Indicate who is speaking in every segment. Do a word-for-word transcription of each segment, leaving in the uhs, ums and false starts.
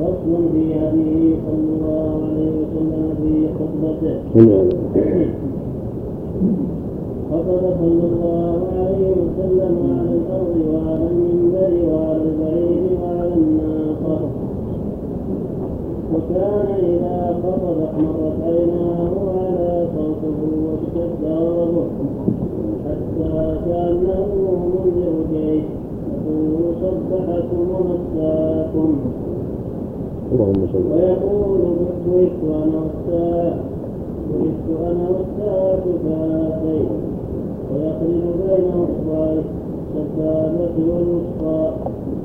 Speaker 1: فصل في هديه صلى الله عليه وسلم في خطبته. خطب صلى الله عليه وسلم على الأرض وعلى المنبر وعلى البعير وعلى الناقة، وكان إذا خطب احمرت عيناه وعلى صوته واشتد غضبه حتى كأنه منذر جيش يقول صبحكم ومساكم، ويقول بئت أنا والساعة بئت أنا والساعة كهاتين، ويقرن بين أصبعه السبابة والوسطى،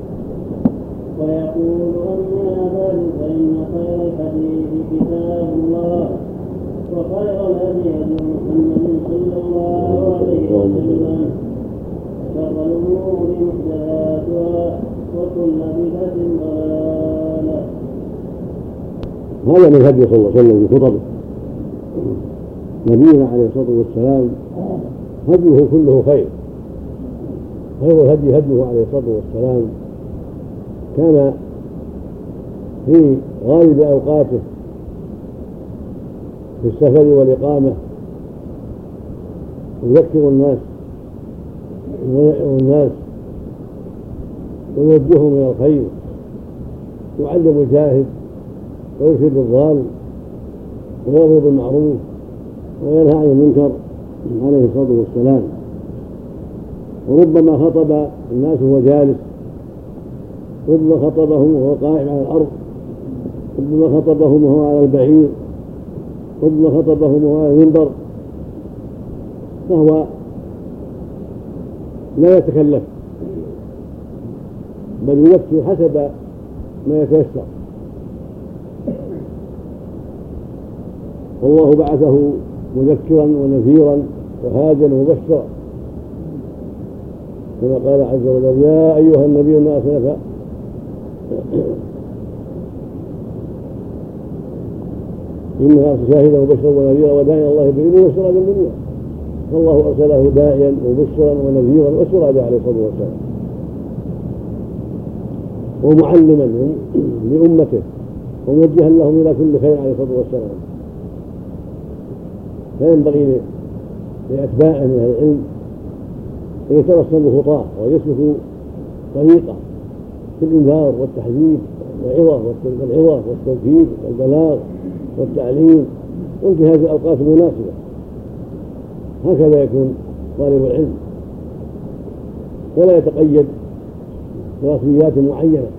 Speaker 1: ويقول أما بعد فإن خير الحديث كتاب الله، وخير الهدي هدي محمد صلى الله عليه وسلم، وشر الأمور محدثاتها وكل بدعة ضلالة.
Speaker 2: هذا من هدي صلى الله عليه وسلم في خطبه. نبينا عليه الصلاة والسلام هديه كله خير، خير الهدي هديه عليه الصلاة والسلام. كان في غالب أوقاته في السفر والإقامة يذكر الناس ويدعو الناس ويوجههم إلى الخير، يعلم الجاهل ويرشد الضال ويأمر بالمعروف وينهى عن المنكر عليه الصلاة والسلام. وربما خطب الناس وهو جالس، ربما خطبهم وهو قائم على الأرض، ربما خطبهم وهو على البعير، ربما خطبهم وهو على المنبر، فهو لا يتكلف بل يذكر حسب ما يتيسر. والله بعثه مذكرا ونذيرا وهاديا ومبشرا، كما قال عز وجل: يا أيها النبي إنا أرسلناك إنها شاهدا وبشرا ونذيرا وداعيا الله بإذنه وسراجا منيرا. فالله أرسله داعيا ومبشرا ونذيرا وسراجا عليه الصلاة والسلام، ومعلما لأمته وموجها لهم إلى كل خير عليه الصلاة والسلام. فينبغي لأتباعه من أهل العلم أن يترسموا خطاه ويسلكوا طريقه في الإنذار والتحذير والعظة والعظة والتوكيد والبلاغ والتعليم وانتهاز الأوقات المناسبة. هكذا يكون طالب العلم، ولا يتقيد برسميات معينة،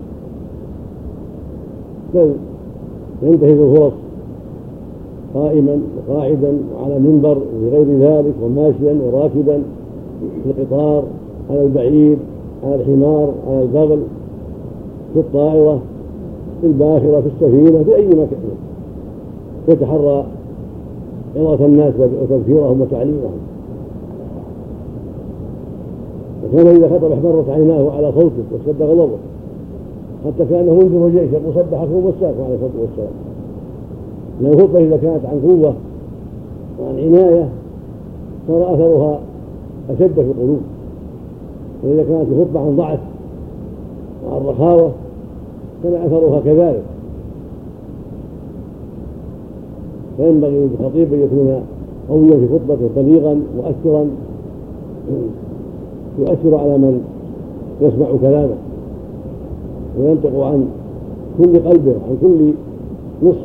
Speaker 2: بل ينتهز الفرص قائما وقاعدا وعلى منبر وغير ذلك، وماشيا وراكبا في القطار، على البعير، على الحمار، على البغل، في الطائرة، في الباخرة، في السفينة، في أي مكان، يتحرى عظة الناس وتذكيرهم وتعليمهم. وكان إذا خطب احمرت عيناه على صوته واشتد غضبه حتى كأنه منذر جيش يقول صبحكم ومساكم عليه الصلاة والسلام. لأن الخطبة إذا كانت عن قوة وعن عناية صار أثرها أشد في القلوب، وإذا كانت الخطبة عن ضعف وعن رخاوة كان أثرها كذلك. فينبغي للخطيب أن يكون قويا في خطبته، بليغا مؤثرا يؤثر على من يسمع كلامه، وينطق عن كل قلبه عن كل نصح،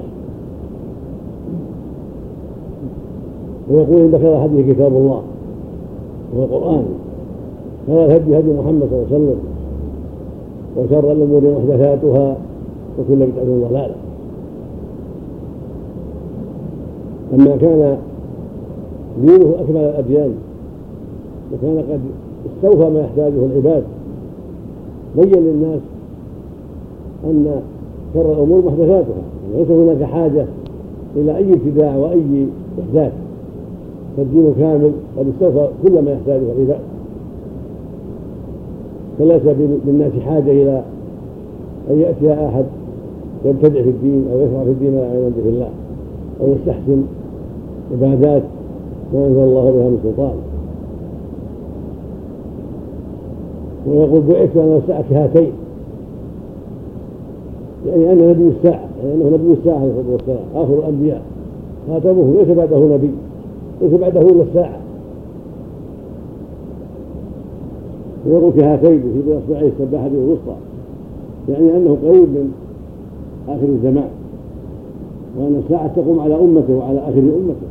Speaker 2: ويقول إن خير الحديث كتاب الله وهو القرآن، خير الهدي هدي محمد صلى الله عليه وسلم، وشر الأمور محدثاتها وكل بدعة ضلالة. لما كان دينه أكمل الأديان وكان قد استوفى ما يحتاجه العباد، بين للناس أن شر الأمور محدثاتها، ليس هناك حاجة إلى أي ابتداع وأي إحداث، فالدين كامل قد استوفى كل ما يحتاجه العباد، فليس بالناس حاجة إلى أن يأتي أحد يبتدع في الدين أو يشرع في الدين ما لا يعلم به الله، أو يستحسن عبادات ما أنزل الله بها من سلطان. ويقول بعثت أنا والساعة كهاتين، يعني أنه نبي الساعة، يعني أنه نبي الساعة عليه الصلاة والسلام، آخر الأنبياء خاتمه، ليس بعده نبي، ليس بعده إلا الساعة. ويقول كهاتين في بإصبعيه السباحة والوسطى، يعني أنه قريب من آخر الزمان، وأن الساعة تقوم على أمته وعلى آخر أمته.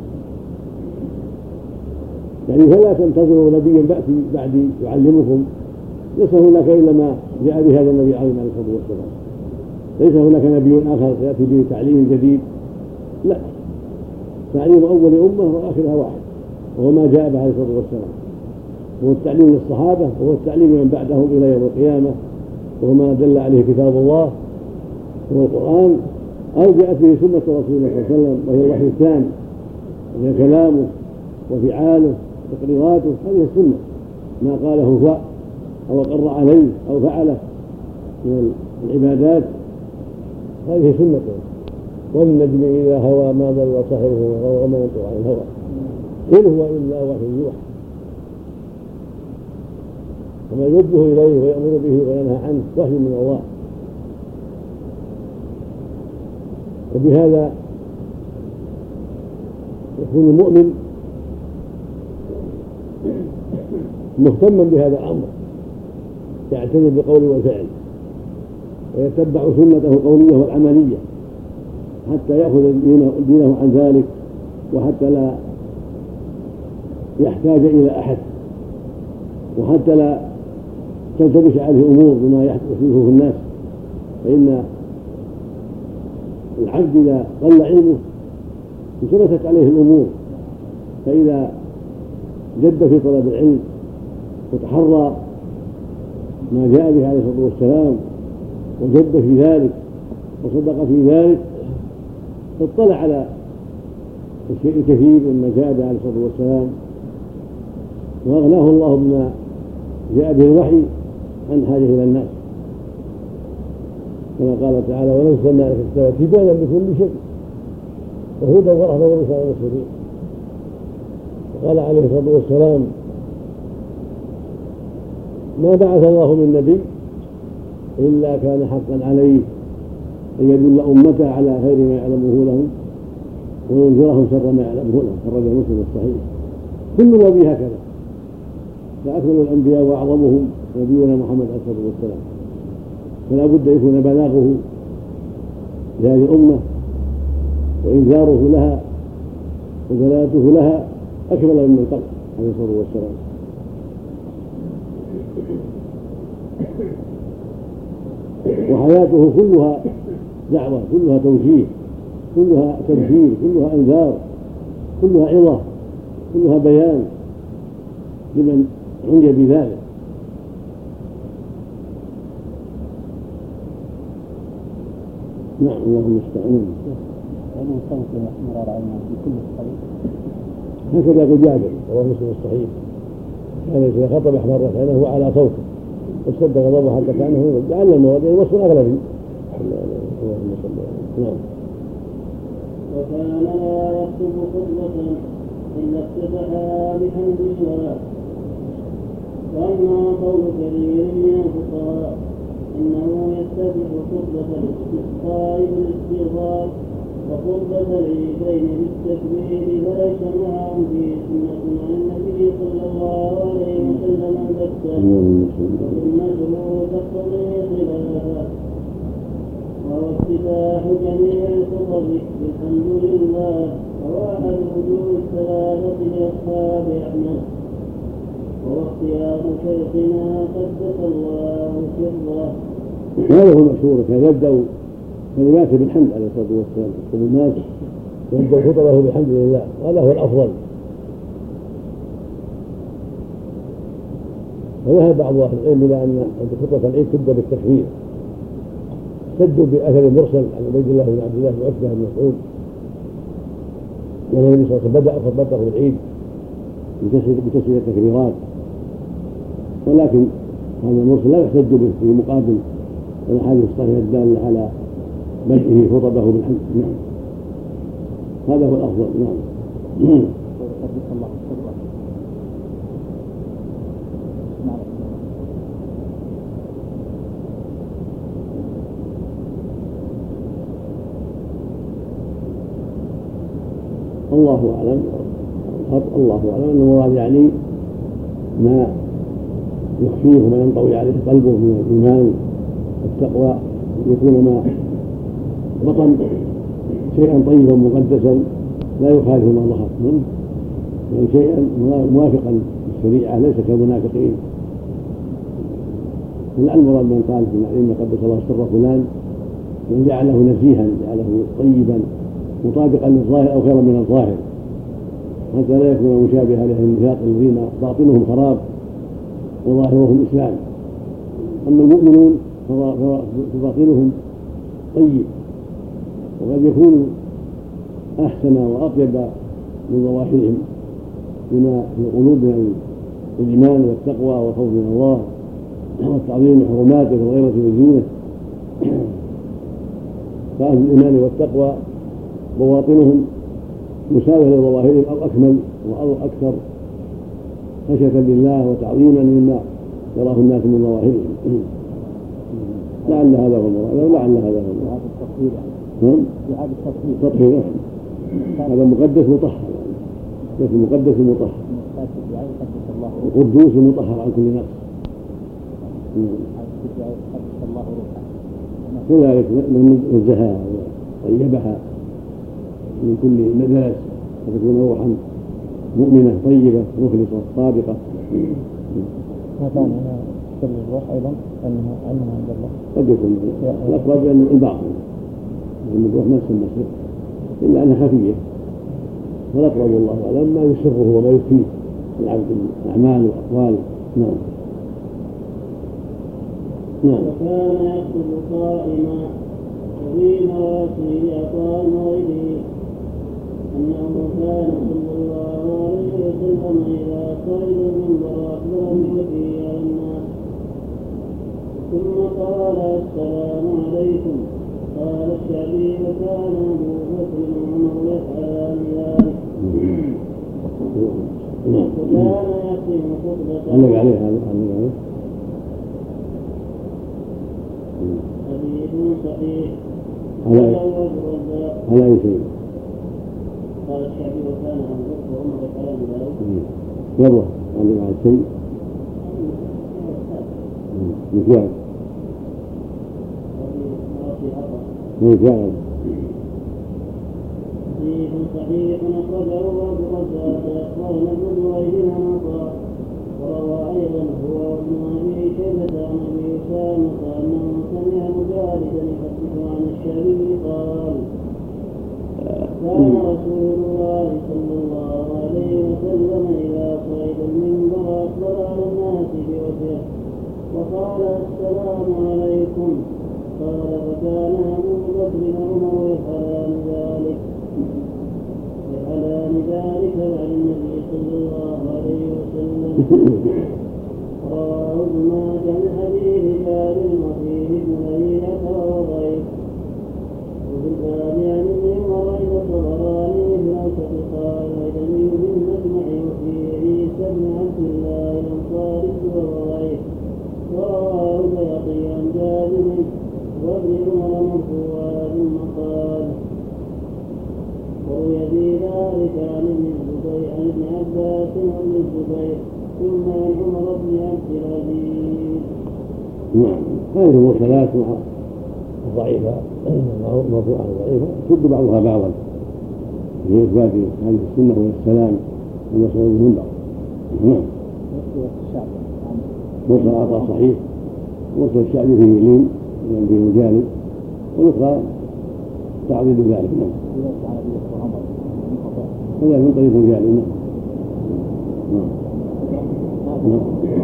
Speaker 2: يعني فلا تنتظروا نبيا بأتي بعدي يعلمكم، ليس هناك إلا ما جاء بهذا النبي عليه الصلاة والسلام، ليس هناك نبي آخر يأتي به تعليم جديد، لا، تعليم أول أمة وآخرها واحد، وهو ما جاء به عليه الصلاة والسلام، وهو التعليم للصحابة، وهو التعليم من بعدهم إلى يوم القيامة، وهو ما دل عليه كتاب الله هو القرآن، أو جاءت به سنة رسول الله صلى الله عليه وسلم، وهي الوحي الثاني، وهي كلامه وفعاله وتقريراته، هذه السنة، ما قاله فاء أو أقر عليه أو فعله من العبادات، هذه سنته. والنجم إذا هوى ما ضل صاحبه وما ينطق عن الهوى إن هو إلا وحي يوحى، وما يوجه إليه ويأمر به وينهى عنه وحي من الله. وبهذا يكون المؤمن مهتما بهذا الأمر، يعتني بالقول والفعل، ويتبع سنته القولية والعملية حتى يأخذ دينه عن ذلك، وحتى لا يحتاج إلى أحد، وحتى لا تلتبس عليه أمور بما يحدثه في الناس. فإن العبد إذا قل علمه انتبست عليه الأمور، فإذا جد في طلب العلم وتحرى ما جاء به عليه الصلاة والسلام وجد في ذلك وصدق في ذلك، اطلع على الشيء الكثير مما جاء به عليه الصلاة والسلام، وأغناه الله بما جاء به الوحي عن حاجة إلى الناس، كما قال تعالى: ونزلنا عليك الكتاب تبيانا لكل شيء وهدى ورحمة وبشرى للمسلمين. وقال عليه الصلاة والسلام: ما بعث الله من نبي إلا كان حقا عليه أن يدل أمته على خير ما يعلمه لهم وينذرهم شر ما يعلمه لهم. خرج مسلم الصحيح. كل نبي هكذا، فأكمل الأنبياء وأعظمهم نبينا محمد عليه الصلاة والسلام، فلا بد يكون بلاغه لهذه الأمة وإنذاره لها ودلالته لها أكمل من القلب عليه الصلاة والسلام. وحياته كلها دعوة، كلها توجيه، كلها تبشير، كلها انذار، كلها عظة، كلها بيان لمن عني بذلك. نعم، الله المستعان.
Speaker 1: ومن صوت مرار عينه في كل الطريق.
Speaker 2: هكذا يقول جابر رواه مسلم الصحيح: كان إذا خطب احمرت عينه وعلى صوته واشتد غضبه حتى كانه لعل المواضيع وصف اغلبي. اللهم صل على. نعم.
Speaker 1: وكان لا يكتب خطبة إلا افتتحها بحمد الله. وأما قول كثير من الفقهاء إنه يفتتح خطبة الاستسقاء بالاستغفار وخطبة العيدين بالتكبير، فليس معهم فيه سنة عن النبي صلى الله عليه وسلم البتة، وسنته تقتضي خلافه، وهو افتتاح جميع الخطب بالحمد لله، وواحد وجوه الثلاثة لأصحاب أحمد، وهو اختيار شيخنا قدس الله سره.
Speaker 2: هذا هو المشهور، كان يبدأ كلماته بالحمد عليه الصلاة والسلام، يخطب الناس ويبدأ خطبه بالحمد لله، هذا هو الأفضل. وذهب بعض أهل العلم إلى أن خطبة العيد تبدأ بالتكبير، احتجوا بأثر مرسل عن عبيد الله بن عبد الله بن عتبة بن مسعود أن النبي صلى الله عليه وسلم بدأ خطبته بالعيد بتسوية التكبيرات، ولكن هذا المرسل لا يحتج به في مقابل الأحاديث الصحيحة الدالة على بدءه خطبه بالحمد. نعم، هذا هو الأفضل. نعم. الله أعلم الله أعلم أن المراد يعني ما يخفيه وما ينطوي عليه قلبه من الإيمان والتقوى، يكون ما بطن شيئا طيبا مقدسا لا يخالف ما ظهر منه، يعني شيئا موافقا للشريعة ليس كالمنافقين. لا المراد من قال إن قدس الله سر فلان من جعله نزيها، جعله طيبا مطابقا للظاهر أو خيرا من الظاهر، حتى لا يكون مشابها لأهل النفاق الذين باطنهم خراب وظاهرهم إسلام. أما المؤمنون فباطنهم طيب، وقد يكون أحسن وأطيب من ظواهرهم بما في القلوب من الإيمان والتقوى والخوف من الله والتعظيم لحرماته والغيرة لدينه. فأهل الإيمان والتقوى بواطنهم مساوية لظواهرهم أو أكمل أو أكثر خشية لله وتعظيما مما يراه الناس من ظواهرهم. لعل هذا هو المراد، لعل هذا هو المراد. نعم، إعادة التطهير. نعم، هذا مقدس مطهر، لكن مقدس مطهر القدوس مطهر عن كل نقص. كذلك نزهها وطيبها من كل نداس فتكون روحا مؤمنة طيبة مخلصة صادقة.
Speaker 3: ما كان هنا سر الروح أيضا أنها أنها عند الله
Speaker 2: قد يكون الأقرب أن الباطن، لأن الروح ما تسمى سر إلا أنها خفية، والأقرب الله أعلم ما يسره وما يخفيه من عبد الأعمال والأقوال. نعم.
Speaker 1: نعم. وكان يكتب قائما وفي مواسي عطاء غيره أنه كان صلى الله عليه وسلم إذا صعد المنبر أخبر بوجهه على الناس ثم قال السلام عليكم. قال الشعبي وكان أبو بكر وعمر يفعلان ذلك. وكان يختم خطبته.
Speaker 2: علق عليه هذا عليه
Speaker 1: حديث صحيح.
Speaker 2: على أي شيء؟
Speaker 1: قال الشعبي وكان أبو بكر وعمر يفعلان ذلك.
Speaker 2: يلا علق على الشيء مثال مثال
Speaker 1: حديث صحيح أخرجه أبو الرزاق أخبرنا ابن جريج عن عطاء وروى أيضا هو وابن أبي شيبة عن أبي أسامة أنه سمع مجالدا يحدث عن الشعبي قال كان رسول الله صلى الله عليه وسلم إذا صعد المنبر أقبل على الناس بوجهه وقال السلام عليكم. قال فكان أبو بكر وعمر يفعلان ذلك يفعلان ذلك عن النبي صلى الله عليه وسلم. رواه ابن ماجه من حديث جابر وفيه ابن لهيعة وضعيف. وفي الباب عن ابن عمر عند الطبراني في الأوسط قال الهيثمي بالمجمع وفي عيسى بن عبد الله الأنصاري وضعيف. ورواه البيهقي عن جابر وابن عمر مرفوعا ثم قال وروي في ذلك عن ابن الزبير عن ابن عباس وابن الزبير ثم عن عمر بن عبد العزيز.
Speaker 2: نعم. هذه المرسلات مع الضعيفة مرفوعة ضعيفة تشد بعضها بعضا في إثبات هذه السنة والسلام من صعود المنبر. نعم. مرسل عطاء صحيح، مرسل الشعبي فيه لين فيه مجالد، والأخرى تعضيد ذلك. نعم. هذا من طريق مجالد. نعم. نعم.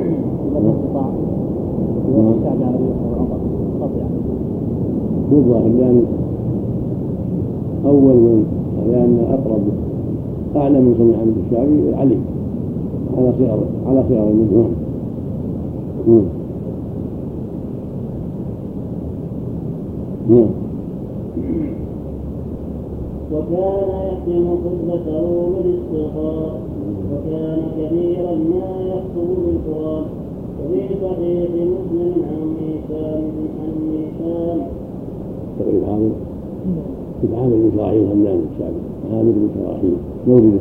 Speaker 2: هو الظاهر لأن أول من لأن أقرب أعلى من سمع عن الشعبي علي على صغر على صغر المجموع. نعم.
Speaker 1: وكان يختم خطبته بالاستغفار وكان كثيرا ما يخطب بالقرآن. وفي صحيح مسلم عن ميسان عن ميسان
Speaker 2: تقريب حاضر مثل عامر بن شراحيل الهمداني الشعبي، عامر بن شراحيل مولده.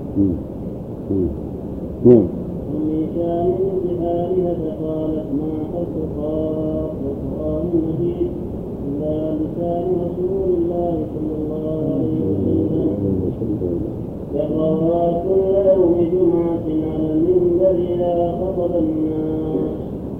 Speaker 2: نعم.
Speaker 1: ومن شان انتحارها فقالت ما قد قال القرآن المجيد إلا لسان رسول الله صلى الله عليه وسلم يقرأها كل يوم جمعة على المنبر إذا خطب الناس.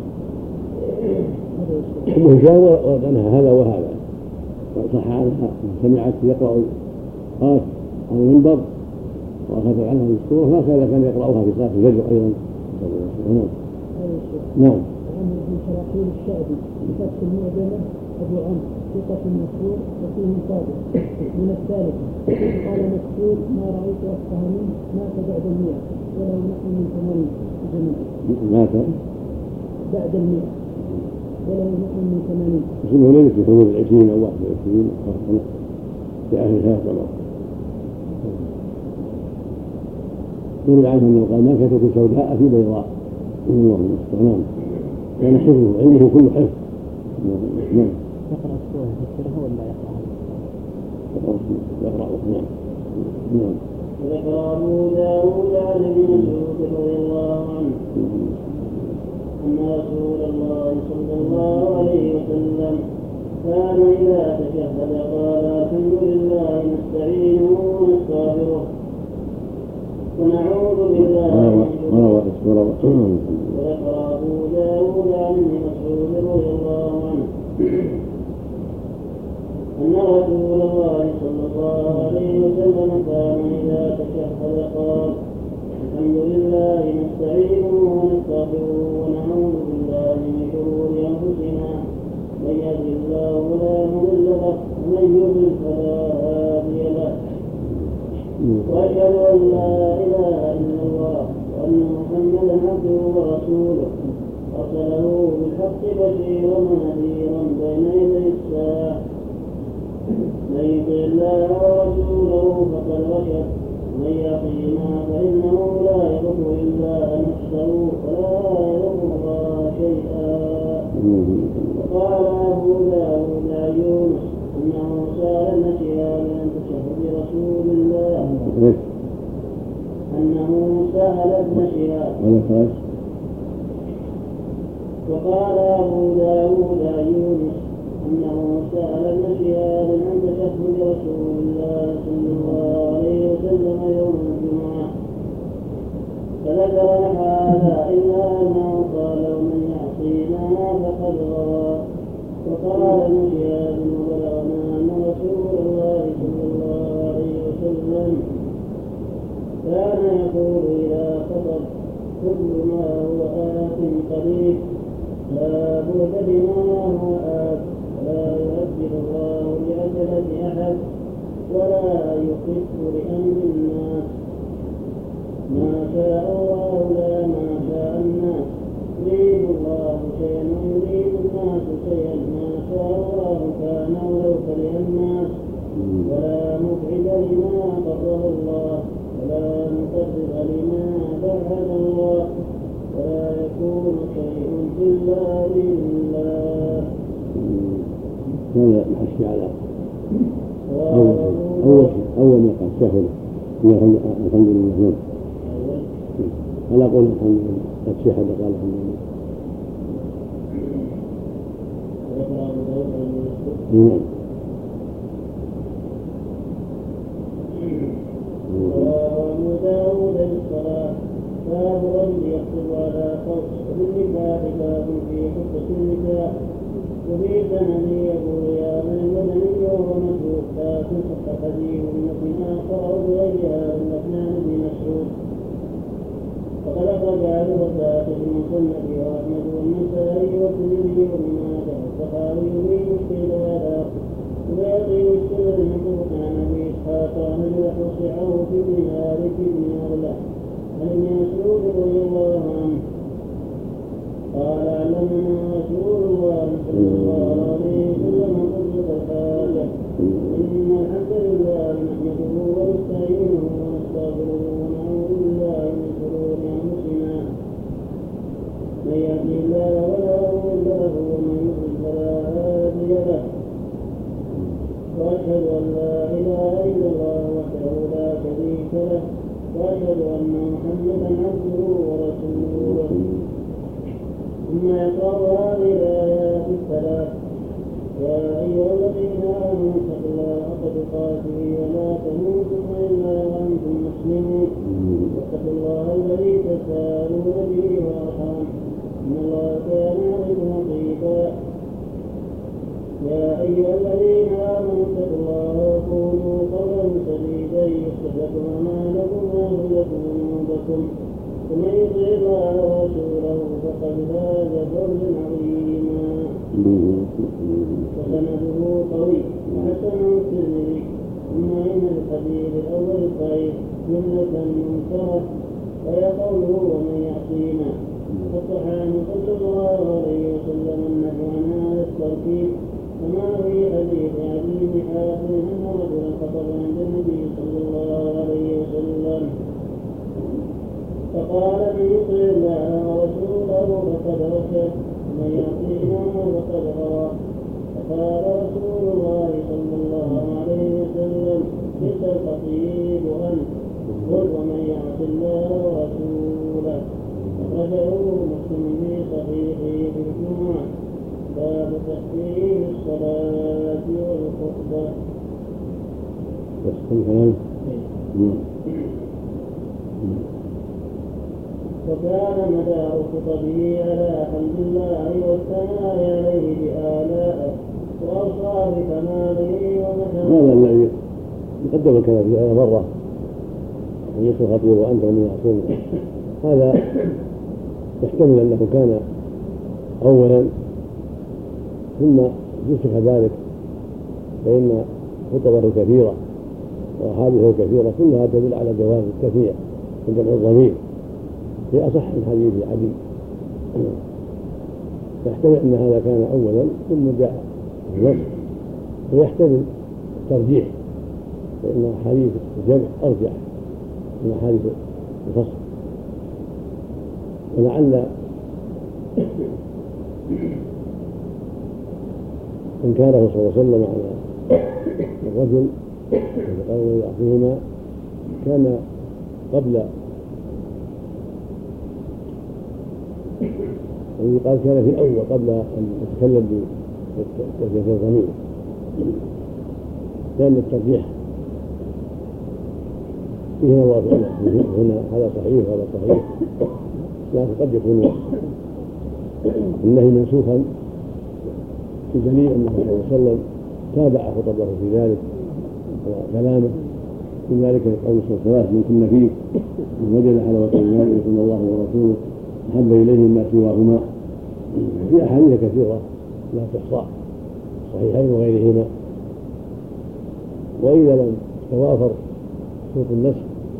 Speaker 2: وهشام ورد عنها هذا وهذا، صح عنها سمعت يقرأ قرأت على المنبر وأخذ عنها السورة، هكذا كان يقرأها في صلاة الفجر أيضا. نعم. نعم.
Speaker 4: عمرو بن شراحيل الشعبي بفتح المعجمة أبو عمرو ثقة مشهور وفيه صادق من الثالثة. قال مكتوب ما رأيت أفقه منه مات بعد المئة ولو نحن من ثمانين جميعا.
Speaker 2: مات
Speaker 4: بعد المئة ولو نحن من ثمانين.
Speaker 2: اسمه ليس في حدود العشرين أو واحد وعشرين في آخر ثلاث عمر. يروي عنه أنه قال ما كتبت سوداء في بيضاء. الله المستعان. كان حفظه علمه كله حفظ. نعم.
Speaker 3: يقرأ السورة يفسرها ولا يقرأها؟
Speaker 2: يقرأها. نعم. نعم.
Speaker 1: وذكر أبو داود عن ابن مسعود رضي الله عنه أن رسول الله صلى الله عليه وسلم كان إذا تشهد قال الحمد لله نستعينه ونستغفره ونعوذ بالله من شرور. وذكر أبو داود عن ابن مسعود رضي الله عنه أن رسول الله صلى الله عليه وسلم كان إذا تشهد قال الحمد لله نستعينه ونستغفره ونعوذ بالله من شرور أنفسنا من يهد الله فلا مضل له ومن يضلل فلا هادي له وأشهد أن لا إله إلا الله وأن محمدا عبده ورسوله أرسله بالحق بشيرا ونذيرا بين يدي الساعة من يطع الله ورسوله فقد رشد ومن يعصهما فإنه لا يضر إلا نفسه ولا يضر الله شيئا. وقال أبو داود عن يونس أنه سأل ابن شهاب عن تشهد رسول الله أنه سأل ابن شهاب. وقال أبو داود عن يونس أنه سأل ابن شهاب عن تشهد رسول الله صلى الله عليه وسلم يوم الجمعة فذكر هذا إلا أنه قال ومن يعصينا فقد غوى. وقال ابن شهاب وبلغنا أن رسول الله صلى الله عليه وسلم كان يقول إذا خطب كل ما هو آت قريب لا بد بما هو آت ولا يؤجل الله لأجلة أحد ولا يخف لأمر الناس ما شاء الله لا ما شاء الناس يريد الله شيئا ويريد الناس شيئا ما شاء الله كان ولو كره الناس ولا مبعد لما قرر الله ولا مقرر لما بعد الله ولا يكون شيء إلا لله.
Speaker 2: هذا الحث على أول أول أول ما قال شهد الحمد لله. ألا قول الحمد لله قد شهد قال الحمد لله. نعم.
Speaker 1: وأبو داود الصلاة باب رجل يخطب على قوس وبالنكاح باب في خطبة النكاح وفي سنن يقول يا من المدني وهو مسعود لا تصح حديث من آخر بغير هذا الأثنان بمشهور. وقد أخرج أهل الوثائق في المصنف وأحمد والنسائي والترمذي وابن ماجه والطحاوي في مشكل الآثار ويقيم السنن المنطوق عن أبي إسحاق عن يحصعه في ابن مالك بن أغلى عن ابن مسعود رضي الله عنه قال علمنا رسول الله صلى الله عليه وسلم قصة الحاجة إن الحمد لله نحمده ونستعينه ونستغفره ونعوذ بالله من شرور أنفسنا من يهده الله ولا مضل له ومن يضلل فلا هادي له وأشهد أن لا إله إلا الله وحده لا شريك له وأشهد أن محمدا عبده ورسوله. ثم يقرأ هذه الآيات الثلاث: يا أيها الذين آمنوا اتقوا الله حق تقاته ولا تموتن إلا وأنتم مسلمون واتقوا الله الذي تساءلون به والأرحام إن الله كان عليكم رقيبا. يا أيها الذين آمنوا اتقوا الله وقولوا قولا سديدا يصلح لكم أعمالكم ويغفر لكم ذنوبكم ومن يطع الله ورسوله فقد فاز فوزا عظيما. وسنده قوي وحسنه الترمذي. ثم إن الحديث الأول الصحيح جملة منكرة وهي قوله ومن يعصينا، فالصحابة صلى الله عليه وسلم النهي عن هذا التركيب كما في حديث عدي بن حاتم أن رجلا خطب عند النبي صلى الله عليه وسلم فقال من يطع الله ورسوله فقد رشد ومن يعصينا فقد غوى. فقال رسول الله صلى الله عليه وسلم بئس الخطيب أنت قل ومن يعص الله ورسوله. أخرجه مسلم في صحيحه في الجمعة باب تحسين الصلاة والخطبة. وكان مدار خطبه على حمد الله والثناء عليه بآلائه وأوصى بكماله ومحامده.
Speaker 2: هذا الذي يقدم الكلام في الآية مرة أن يصل خطيب وأنت من يعصون، هذا يحتمل أنه كان أولا ثم نسخ ذلك، فإن خطبه كثيرة وأحاديثه كثيرة كلها تدل على جواز التثنية من جمع الضمير في أصح من حديث عدي، فيحتمل أن هذا كان أولا ثم جاء النص، ويحتمل الترجيح فإن أحاديث الجمع أرجح من أحاديث الفصل. ولعل إنكاره صلى الله عليه وسلم على الرجل قالوا يعطيهما كان قبل قال كان في الأول قبل أن يتكلم بتثنية الضمير، لأن الترجيح فيه نظر هنا هذا صحيح وهذا صحيح، لكن قد يكون النهي منسوخا بدليل أنه صلى الله عليه وسلم تابع خطبه في ذلك وكلامه من ذلك قول الصلاة من كن فيه من وجد حلاوة الإيمان يكون الله ورسوله أحب إليه ما سواهما. في أحاديث كثيرة لا تحصى صحيحين وغيرهما. وإذا لم توافر شروط النسخ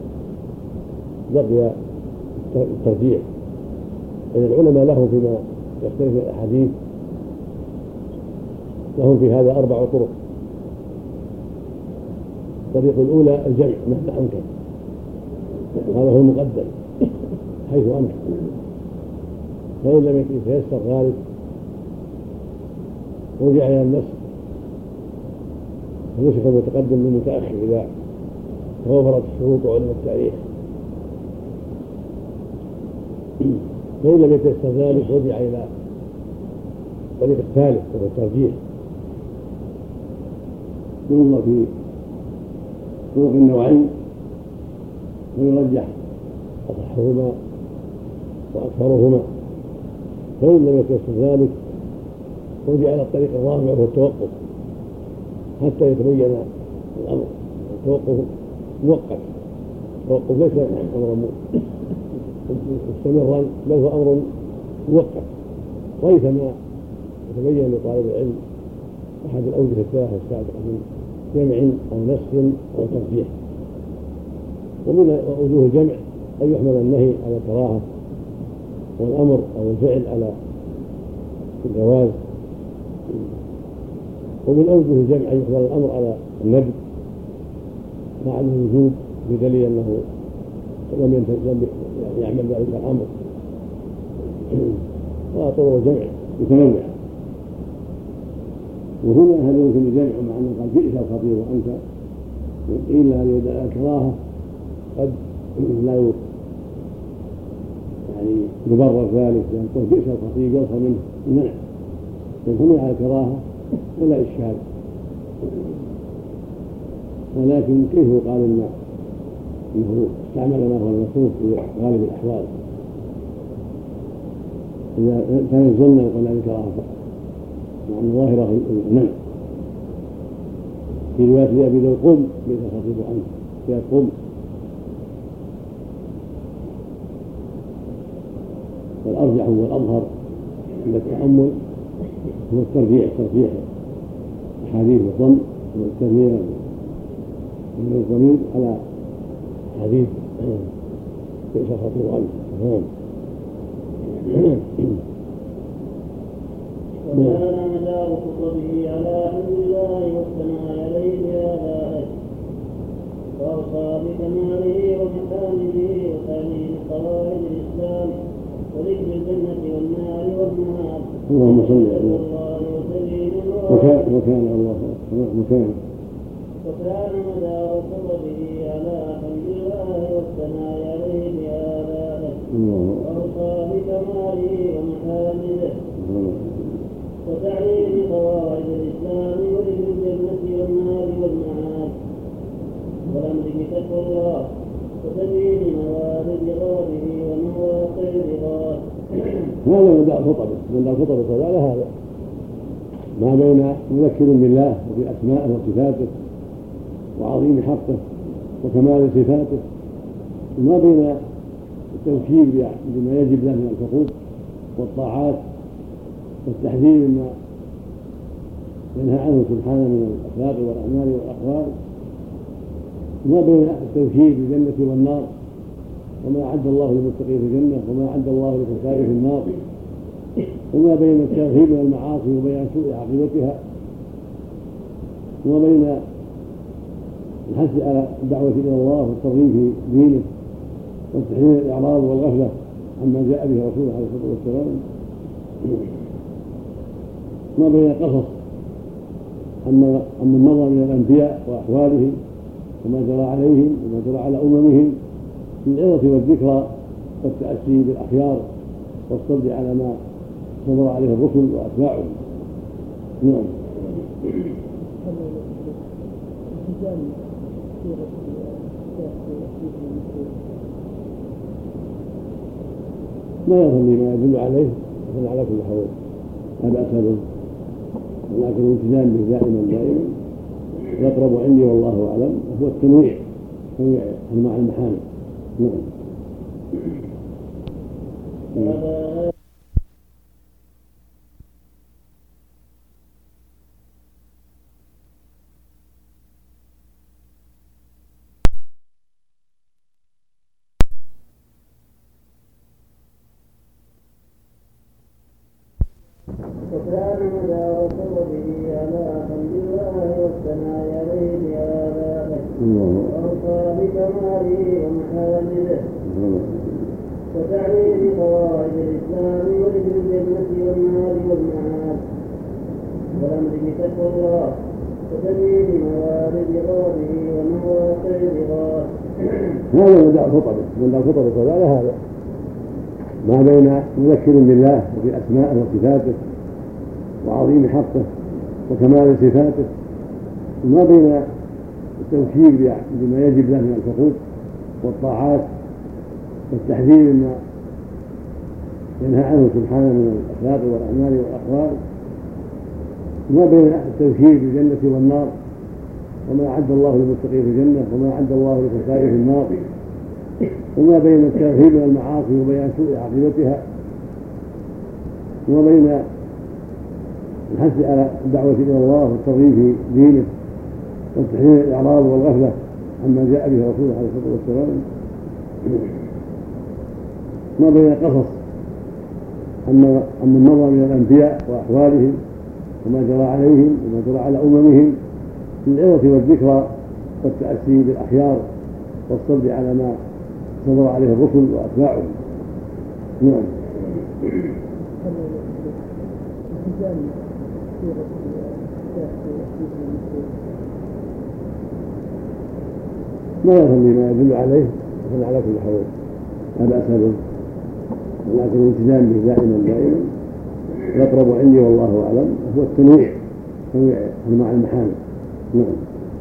Speaker 2: بقي الترجيح، لأن العلماء لهم فيما يختلف من الأحاديث لهم في هذا أربع طرق. الطريق الأولى الجمع مهما أمكن، هذا هو المقدم حيث أمكن، فإن لم يتيسر ذلك رجع إلى النسخ ونسخ المتقدم للمتأخر إذا توفرت الشروط وعلم التاريخ. فإن لم يتيسر ذلك رجع إلى الطريق الثالث وهو الترجيح، ينظر في طرق النوعين ويرجح أصحهما وأكثرهما. فإن لم يتيسر ذلك رجع إلى الطريق الرابع وهو التوقف حتى يتبين الأمر. التوقف موقت، التوقف ليس أمرا مستمرا بل هو أمر موقت ريثما يتبين لطالب العلم أحد الأوجه الثلاثة السابقة من جمع أو نسخ أو ترجيح. ومن وجوه الجمع أن يحمل النهي على الكراهة والأمر أو الفعل على الجواز، ومن أوجه الجمع أن يحمل الأمر على الندب مع الوجوب بدليل أنه لم يعمل ذلك الأمر. وطرق الجمع متنوعة، وهنا هل يمكن الجمع مع أنه قال بئس الخطيب وأنت؟ قيل هذه الكراهة قد لا يعني يبرر ذلك، لأن قول بئس الخطيب يظهر منه المنع، يكون على الكراهة ولا إشكال. ولكن كيف يقال إن أنه استعمل ما هو المكروه في غالب الأحوال؟ إذا كان الظن يقول هذه الكراهة مع أن ظاهره المنع. في رواية لأبي ذر قم بئس الخطيب عنه، يا قم. والأرجح والأظهر عند التأمل هو الترجيح، ترجيح أحاديث الظن والترجيح من الضمير على حديث بئس الخطيب عنه.
Speaker 1: وكان مدار خطبه على حمد الله والثناء عليه بآبائه، وأوصى بكماله ومحامده وتعليم قواعد الإسلام وذكر الجنة والنار والمعاد.
Speaker 2: اللهم صل على وكان وكان الله وكان
Speaker 1: وكان مدار خطبه على حمد الله والثناء عليه بآبائه، وأوصى بكماله ومحامده وتعليم قواعد الإسلام وذكر الجنة والنار والمعاد، والأمر بتقوى الله وتبيين موارد غضبه ومواقع رضاه.
Speaker 2: هذا مدار خطبه، مدار خطبه على هذا ما بين مذكر بالله وبأسمائه وصفاته وعظيم حقه وكمال صفاته، وما بين التوكيد بما يجب له من الحقوق والطاعات والتحذير مما ينهى عنه سبحانه من الأخلاق والأعمال والأقوال، وما بين التوكيد بالجنة والنار وما أعد الله للمتقين في الجنة وما أعد الله للكفار في النار، وما بين الترهيب من المعاصي وبيان سوء عاقبتها، وما بين الحث على الدعوة إلى الله والترغيب في دينه وتحريم الإعراض والغفلة عما جاء به رسوله عليه الصلاة والسلام، ما بين قصص أما النظر من الأنبياء وأحوالهم وما جرى عليهم وما جرى على أممهم من العظة والذكرى والتأسي بالأخيار والصبر على ما صبر عليه الرسل وأتباعهم. نعم. ما يظن ما يدل عليه فهو على كل حال لا بأس به، ولكن الالتزام به دائما دائما يقرب عندي والله أعلم، وهو التنويع، تنويع أنواع المحامد. نعم.
Speaker 1: وكان مدار خطبه على حمد الله والثناء عليه بآبائه، وأوصى بكماله ومحامده وتعليم قواعد الإسلام وذكر الجنة والنار والمعاد، والأمر بتقوى الله وتبيين موارد غضبه ومواقع رضاه.
Speaker 2: هذا مدار خطبه، مدار خطبه على هذا ما بين مذكر بالله وبأسمائه وصفاته وعظيم حقه وكمال صفاته، وما بين التوكيد بما يجب له من الحقوق والطاعات والتحذير مما ينهى عنه سبحانه من الأخلاق والأعمال والأقوال، وما بين التوكيد بالجنة والنار وما أعد الله للمتقين في الجنة وما أعد الله للكفار في النار، وما بين الترهيب من المعاصي وبيان سوء عاقبتها، وما بين الحث على الدعوة إلى الله والترغيب في دينه وتحريم الإعراض والغفلة عما جاء به رسوله عليه الصلاة والسلام، ما بين قصص أما النظر من الأنبياء وأحوالهم وما جرى عليهم وما جرى على أممهم من العظة والذكرى والتأسي بالأخيار والصبر على ما صبر عليه الرسل وأتباعهم. نعم.
Speaker 4: الشاة في حديث المسعود؟
Speaker 2: ما يصلي ما يدل عليه يصلي على كل حول لا بأس به، ولكن الالتزام به دائما دائما الأقرب عندي والله أعلم هو التنويع تنويع أنواع المحامد. نعم.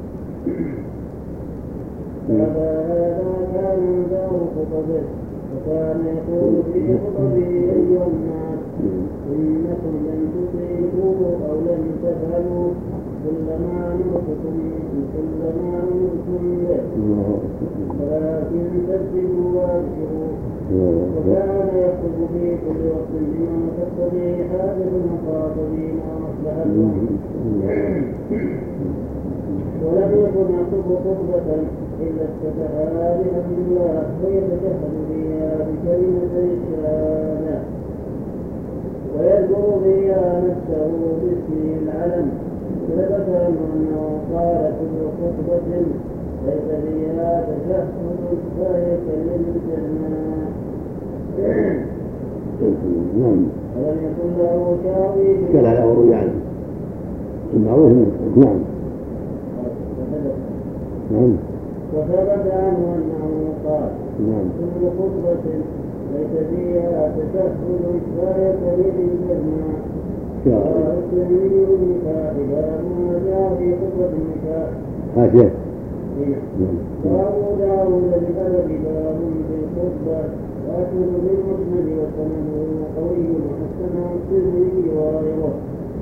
Speaker 1: هذا كان دار خطبه وكان يقول في خطبه أيها الناس إنكم لن تصيبوا أو لن تفعلوا كلما نرتكم كلما نرتكم به ولكن تسجدوا وابشروا. وكان يخطب في كل وقت بما تقتضي حاجة المخاطبين ومصلحتهم، ولم يكن يخطب خطبة إلا افتتحها بحمد الله ويتشهد فيها بكلمة الشهادة ويذكر فيها نفسه باسمه العلم. ثبت عنه أنه قال كل خطبة ليس فيها تشهد فهي كالجنة. ولم يكن له شاوي
Speaker 2: كان على أمر يعني المعروف. نعم. نعم.
Speaker 1: وثبت عنه أنه قال
Speaker 2: نعم.
Speaker 1: كل خطبة ليس فيها تشهد فهي كالجنة. قال الترمذي النكاح باب ما جاء في خطبة النكاح.
Speaker 2: حاشية.
Speaker 1: وأبو داود بأدب باب في الخطبة وأحمد بالمسند وسنده قوي وحسنه الترمذي وغيره.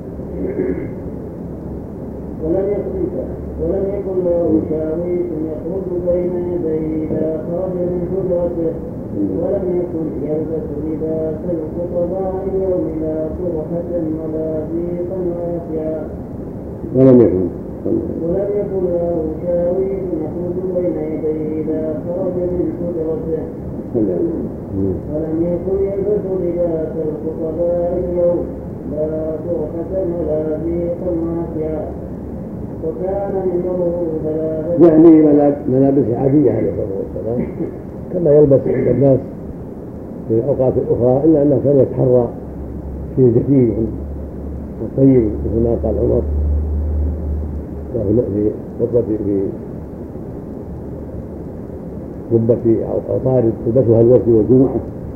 Speaker 1: ولم يكن ولم يكن له شاويش يخرج بين يديه إذا خرج من حجرته، ولم يكن يلبس لباس الخطباء اليوم لا طرحة ولا ضيقا واسعا.
Speaker 2: ولم يكن
Speaker 1: ولم يكن له شاويش يخرج بين يديه إذا خرج من حجرته، ولم يكن يلبس لباس الخطباء اليوم لا طرحة ولا ضيقا واسعا. وكان منه ثلاثة
Speaker 2: يعني ملابس عادية عليه الصلاة والسلام كما يلبس عند الناس في الأوقات الأخرى، إلا أنه كان يتحرى في جديد وطيب مثل ما قال عمر في خطبة في قبة أو طارد تلبسها الوفد والجمعة،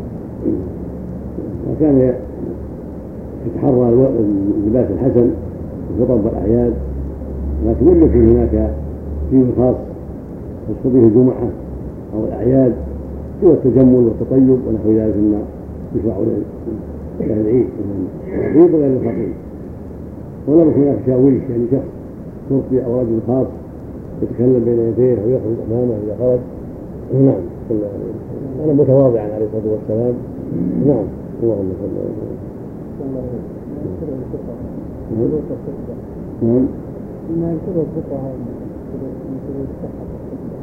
Speaker 2: وكان يتحرى اللباس الحسن في الخطب والأعياد، لكن لم يكن هناك فيه خاص يخص به الجمعة أو الأعياد سوى التجمل والتطيب ونحو ذلك مما يشرع لأهل العيد من الخطيب وغير الخطيب. ولم يكن هناك شاويش يعني شخص يرضي أو رجل خاص يتكلم بين يديه ويخرج أمامه إذا خرج. نعم. صلى الله عليه وسلم أنا متواضعا عليه الصلاة والسلام. نعم. اللهم صل على
Speaker 3: نعم. ما ينكره الفقهاء من شروط صحة الخطبة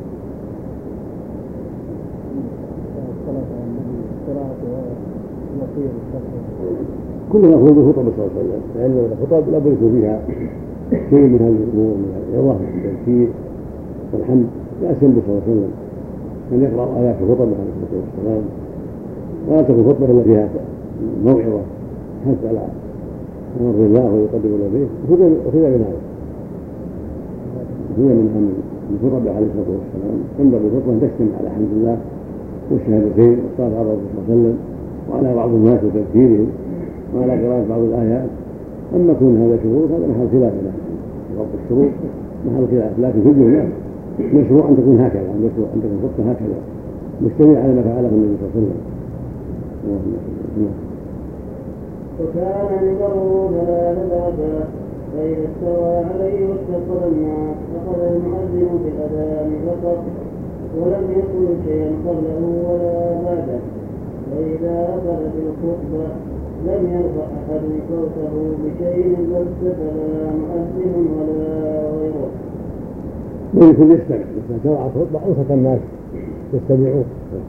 Speaker 3: الصلاة على النبي قراءة وصية الصلاة
Speaker 2: كل ما هو بخطب صلى الله عليه وسلم، لأن الخطب لا بد فيها شيء من هذه الأمور من العظة والتذكير والحمد. يأسم به صلى الله عليه وسلم أن يقرأ آيات الخطب عليه الصلاة والسلام، ولا تكون خطبة إلا فيها موعظة حث على أمر الله ويقدم إليه. وخذ من هذا هي من أمر الخطب عليه الصلاة والسلام. ينبغي الخطبة أن تجتمع على حمد الله والشهادتين والصلاة على الرسول صلى الله عليه وسلم وعلى بعض الناس وتذكيرهم وعلى قراءة بعض الآيات. أما كون هذا شروط هذا محل خلاف له، ربط الشروط محل خلاف، لكن في الجملة مشروع أن تكون هكذا، مشروع أن تكون خطبة هكذا مستمع على ما فعله النبي صلى الله عليه وسلم.
Speaker 1: وكان نظره ثلاثة أرباع، فإذا استوى عليه واستقر الناس أخذ المؤذن بالأذان فقط ولم يقل شيئا قبله ولا بعده. فإذا أخذ بالخطبة لم يرفع أحد صوته بشيء بل لا مؤذن ولا غيره.
Speaker 2: ويكون يستمع إذا شرع الخطبة أنصت الناس يستمعون،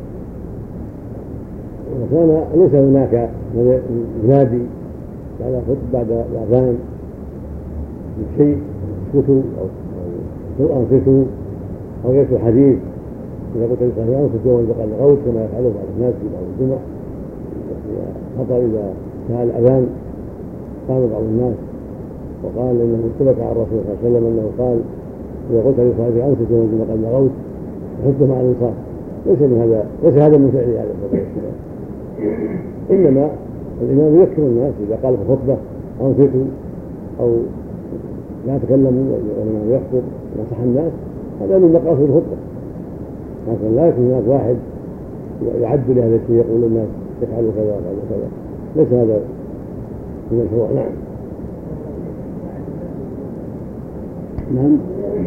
Speaker 2: وكان ليس هناك ينادي بعد الخطبة بعد الأذان بشيء اسكتوا أو أنصتوا أو يكتب حديث. إذا قلت للصحيح أنصتوا وانتقل الغوث كما يفعله بعض الناس في بعض الجمع، خطر إذا كان الأذان قام بعض الناس وقال انه ثبت عن الرسول صلى الله عليه وسلم انه قال اذا قلت لصاحبك انصت وانت قد لغوت فحث مع الانصاف. ليس من هذا ليس هذا من فعله عليه الصلاه والسلام، انما الامام يذكر الناس اذا قال في الخطبه انصتوا او لا تكلموا والامام يخطب نصح الناس، هذا من مقاصد الخطبه، لكن لا يكون هناك واحد يعد لهذا الشيء يقول للناس افعلوا كذا وافعلوا كذا، ليس هذا من المشروع. نعم نعم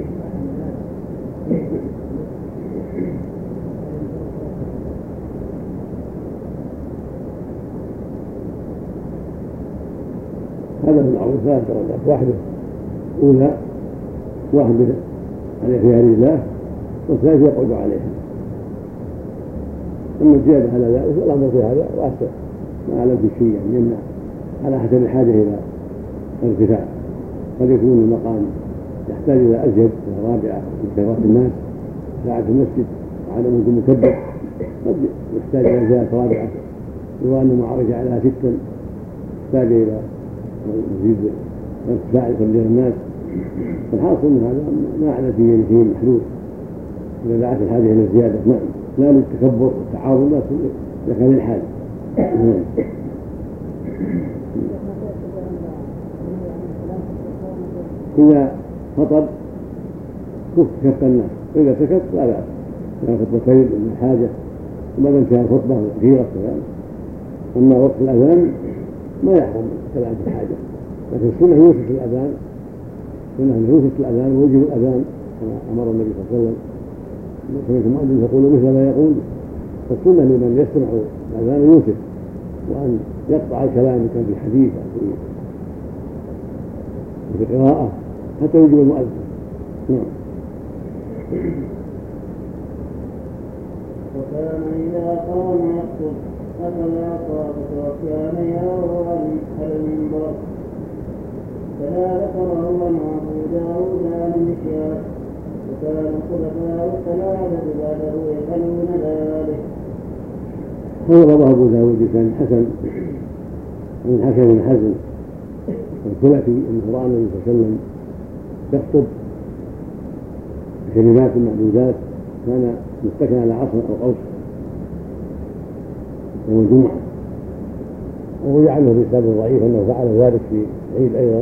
Speaker 2: هذا من معروف ثلاث درجات، واحدة أولى واحد على خيار الله والثالث يقعد عليها. أما الزيادة على ذلك والأمر في هذا واسع ما أعلم في شيء، يعني يمنع على حسب الحاجة إلى الارتفاع. قد يكون المقام يحتاج إلى أزيد إلى رابعة من خيرات الناس ساعة المسجد وعدم وجود مكبر، قد يحتاج إلى زيادة رابعة يرى أن معرج عليها ستا يحتاج إلى مزيد ارتفاع تبليغ الناس. فالحاصل من هذا ما أعلم فيه فيه محدود إذا دعت الحاجة إلى الزيادة، نعم لا للتكبر والتعاظم لا إذا كان الحاجة. إذا خطب كف الناس، وإذا سكت لا بأس، كان خطبتين من الحاجة وما دام كان خطبة كثيرة كذلك. أما وقت الأذان ما يحرم الكلام في الحاجة، لكن السنة يوسف الأذان، السنة يوسف الأذان ويجب الأذان كما أمر النبي صلى الله عليه وسلم. سمعت المؤذن يقول مثل ما يقول، فالسنة لمن يستمع الأذان يوسف وأن يقطع الكلام إن كان في حديث أو في قراءة حتى يجب المؤذن. نعم.
Speaker 1: وكان إذا قام يخطب أخذ عصابة وكان يروى على المنبر. فلا ذكره عنه أبو داود عن المشياخ، وكان الخلفاء الثلاثة بعده يفعلون ذلك.
Speaker 2: هو رواه أبو داود بسند حسن من حكم بن حزم الخلفي أنه رأى النبي صلى الله عليه وسلم يخطب بكلمات معدودات، كان متكئا على عصا أو قوس يوم الجمعة. وروي عنه في كتاب ضعيف أنه فعل ذلك في العيد أيضا،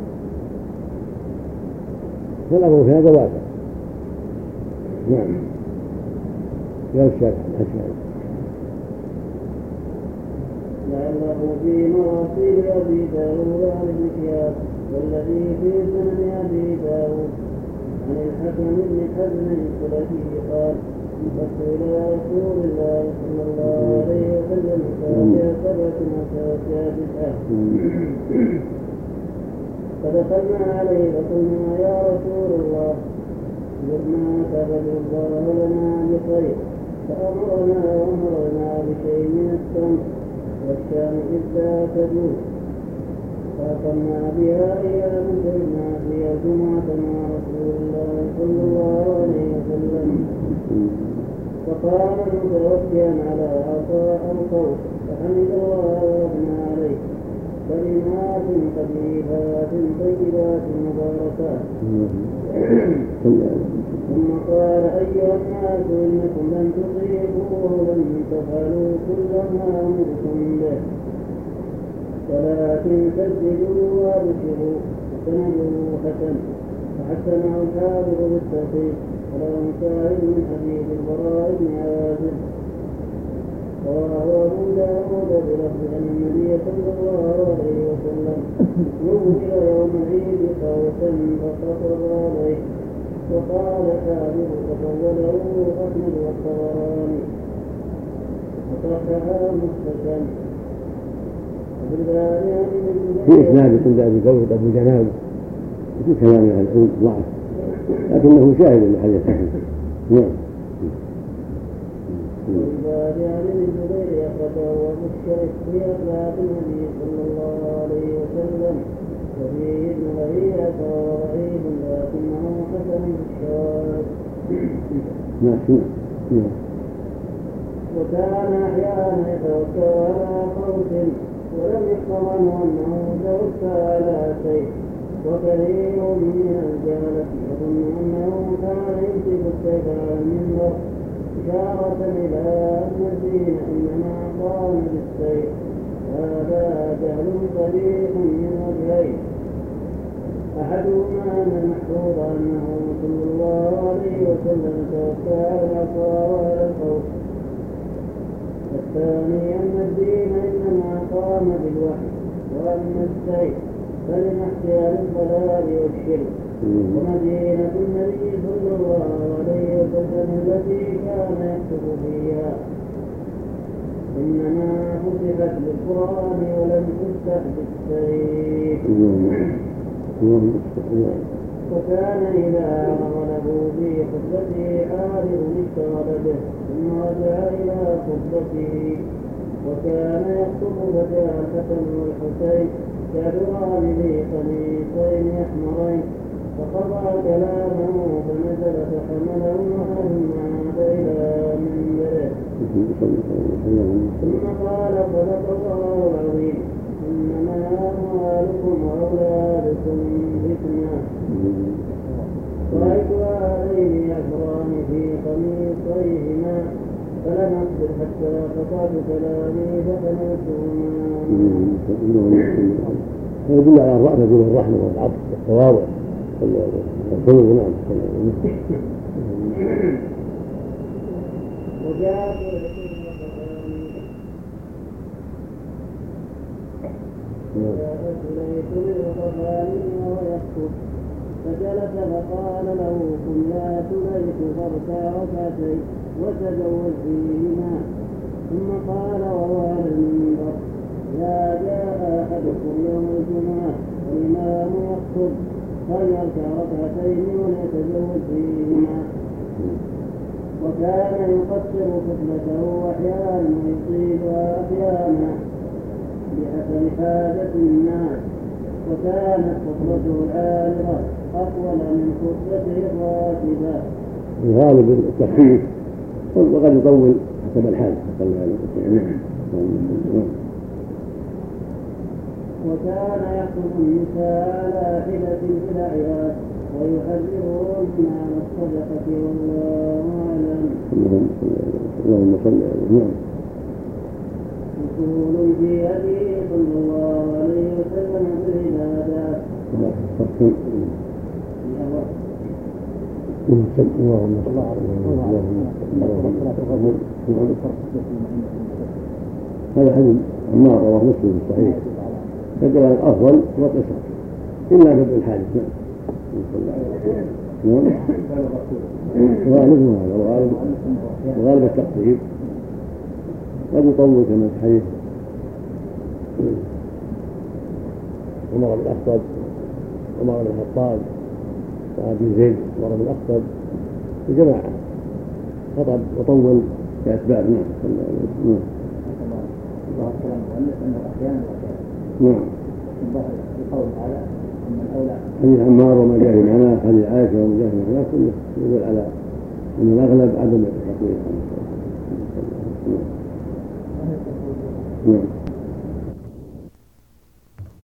Speaker 2: فالأمر في هذا واسع. نعم يا الشافعي الحشاشي
Speaker 1: لعله في مراسيل أبي داود عن المشياخ، والذي في سنن أبي داود عن الحكم بن حزم الخلفي قال: انفقت إلى رسول الله صلى الله عليه وسلم فاتح سبعة وتاسع تسعة، فدخلنا عليه فقلنا: يا رسول الله زرنا فبدر الله لنا بخير، فأمرنا وأمرنا بشيء من السمع والشام إذ لا تدور، فأقمنا بها أيام كنا فيها جمعة مع رسول الله صلى الله عليه وسلم. فقام متوكئا على عصا أو قوس فحمد الله وأثنى عليه كلمات خفيفات طيبات مباركات، ثم قال: أيها الناس إنكم لن تطيعوه ولن تفعلوا كل ما أمرتم به، ولكن سددوا وابشروا وسندوا حسن. فحسنه الحافظ بالتوحيد وله شاهد من حديث البراء بن عازب. رواه أبو داود بلفظ أن النبي صلى الله عليه وسلم نوّل يوم العيد قوسا فقصر عليه، وقال حافظ تطوله أحمد والطبراني وصححه مسلم.
Speaker 2: في إسناد عند أبي داود أبو جناب في كلام أهل العلم ضعف، لكنه شاهد لحديث صحيح. نعم.
Speaker 1: وعباد عن الزبير أخرجه ومشترك في أخلاق النبي صلى الله عليه وسلم، وفيه ابن لهيعة وضعيف لكنه حسن الشواهد. وكان أحيانا يتوكل على قوس ولم يحفظ عنه أنه توكل على شيء، وكثير من الجهلة يظن أنه كان يمسك السيف على المنبر إشارة إلى أن الدين إنما قام بالسيف. هذا جهل صريح من وجهين: أحدهما أن المحفوظ أنه صلى الله عليه وسلم توفى على العصا وعلى الخوف. الثاني أن الدين إنما قام بالوحي، وأما السيف فلمحتها للضلال والشرك. ومدينة النبي صلى الله عليه وسلم التي كان يكتب فيها إنما فتحت بالقرآن ولم تفتح بالسيف. وكان إذا غلبوا في خطبته عارض اشتغل به ثم رجع إلى خطبته. وكان يخطب فتاة الحسن والحسين كبران ذي قميصين أحمرين، فقطع كلامه فنزل فحمله ثم عاد إلى منبره ثم قال: صدق الله العظيم، إنما أموالكم وأولادكم فتنة. رأيت هذين يعبران في قميصيهما فلم أصبر حتى قطعت كلامي فحملتهما.
Speaker 2: يدل على الرأفة والرحمة والعطف والتواضع والخلق. نعم.
Speaker 1: وجاء سليك للغفاني وهو يخطب فجلس فقال له: قم يا سليك فاركع ركعتين وتزوج فيهما. ثم قال وهو على المنبر: إذا جاء أحدكم يوم الجمعة والإمام يخطب فليركع ركعتين وليتزوج فيهما. وكان يقصر خطبته أحيانا ويطيلها أحيانا بحسب حاجة الناس. وكانت خطبته العالقة أطول من خطبته الراتبة.
Speaker 2: الغالب التخفيف وقد يطول حسب الحال.
Speaker 1: وكان يخطب النساء على حدة في الأعياد ويحذرون عن الصدقة والله أعلم.
Speaker 2: اللهم صل على
Speaker 1: أصول في هديه صلى الله عليه وسلم في العبادات.
Speaker 2: اللهم صل هذا حديث عمار رواه مسلم الصحيح يدل على الأفضل والقصر إلا بدء الحادث. نعم. غالب هذا وغالب وغالب التقصير قد يطول كما في حديث عمر بن الخطاب عمر بن الخطاب وابي زيد عمر بن الخطاب الجماعة خطب وطول كأسباب. نعم. نعم. نعم. حديث عمار وما جاء في معناه، حديث عائشة وما جاء في معناه، كله يدل على أن الأغلب عدم التقويم. نعم.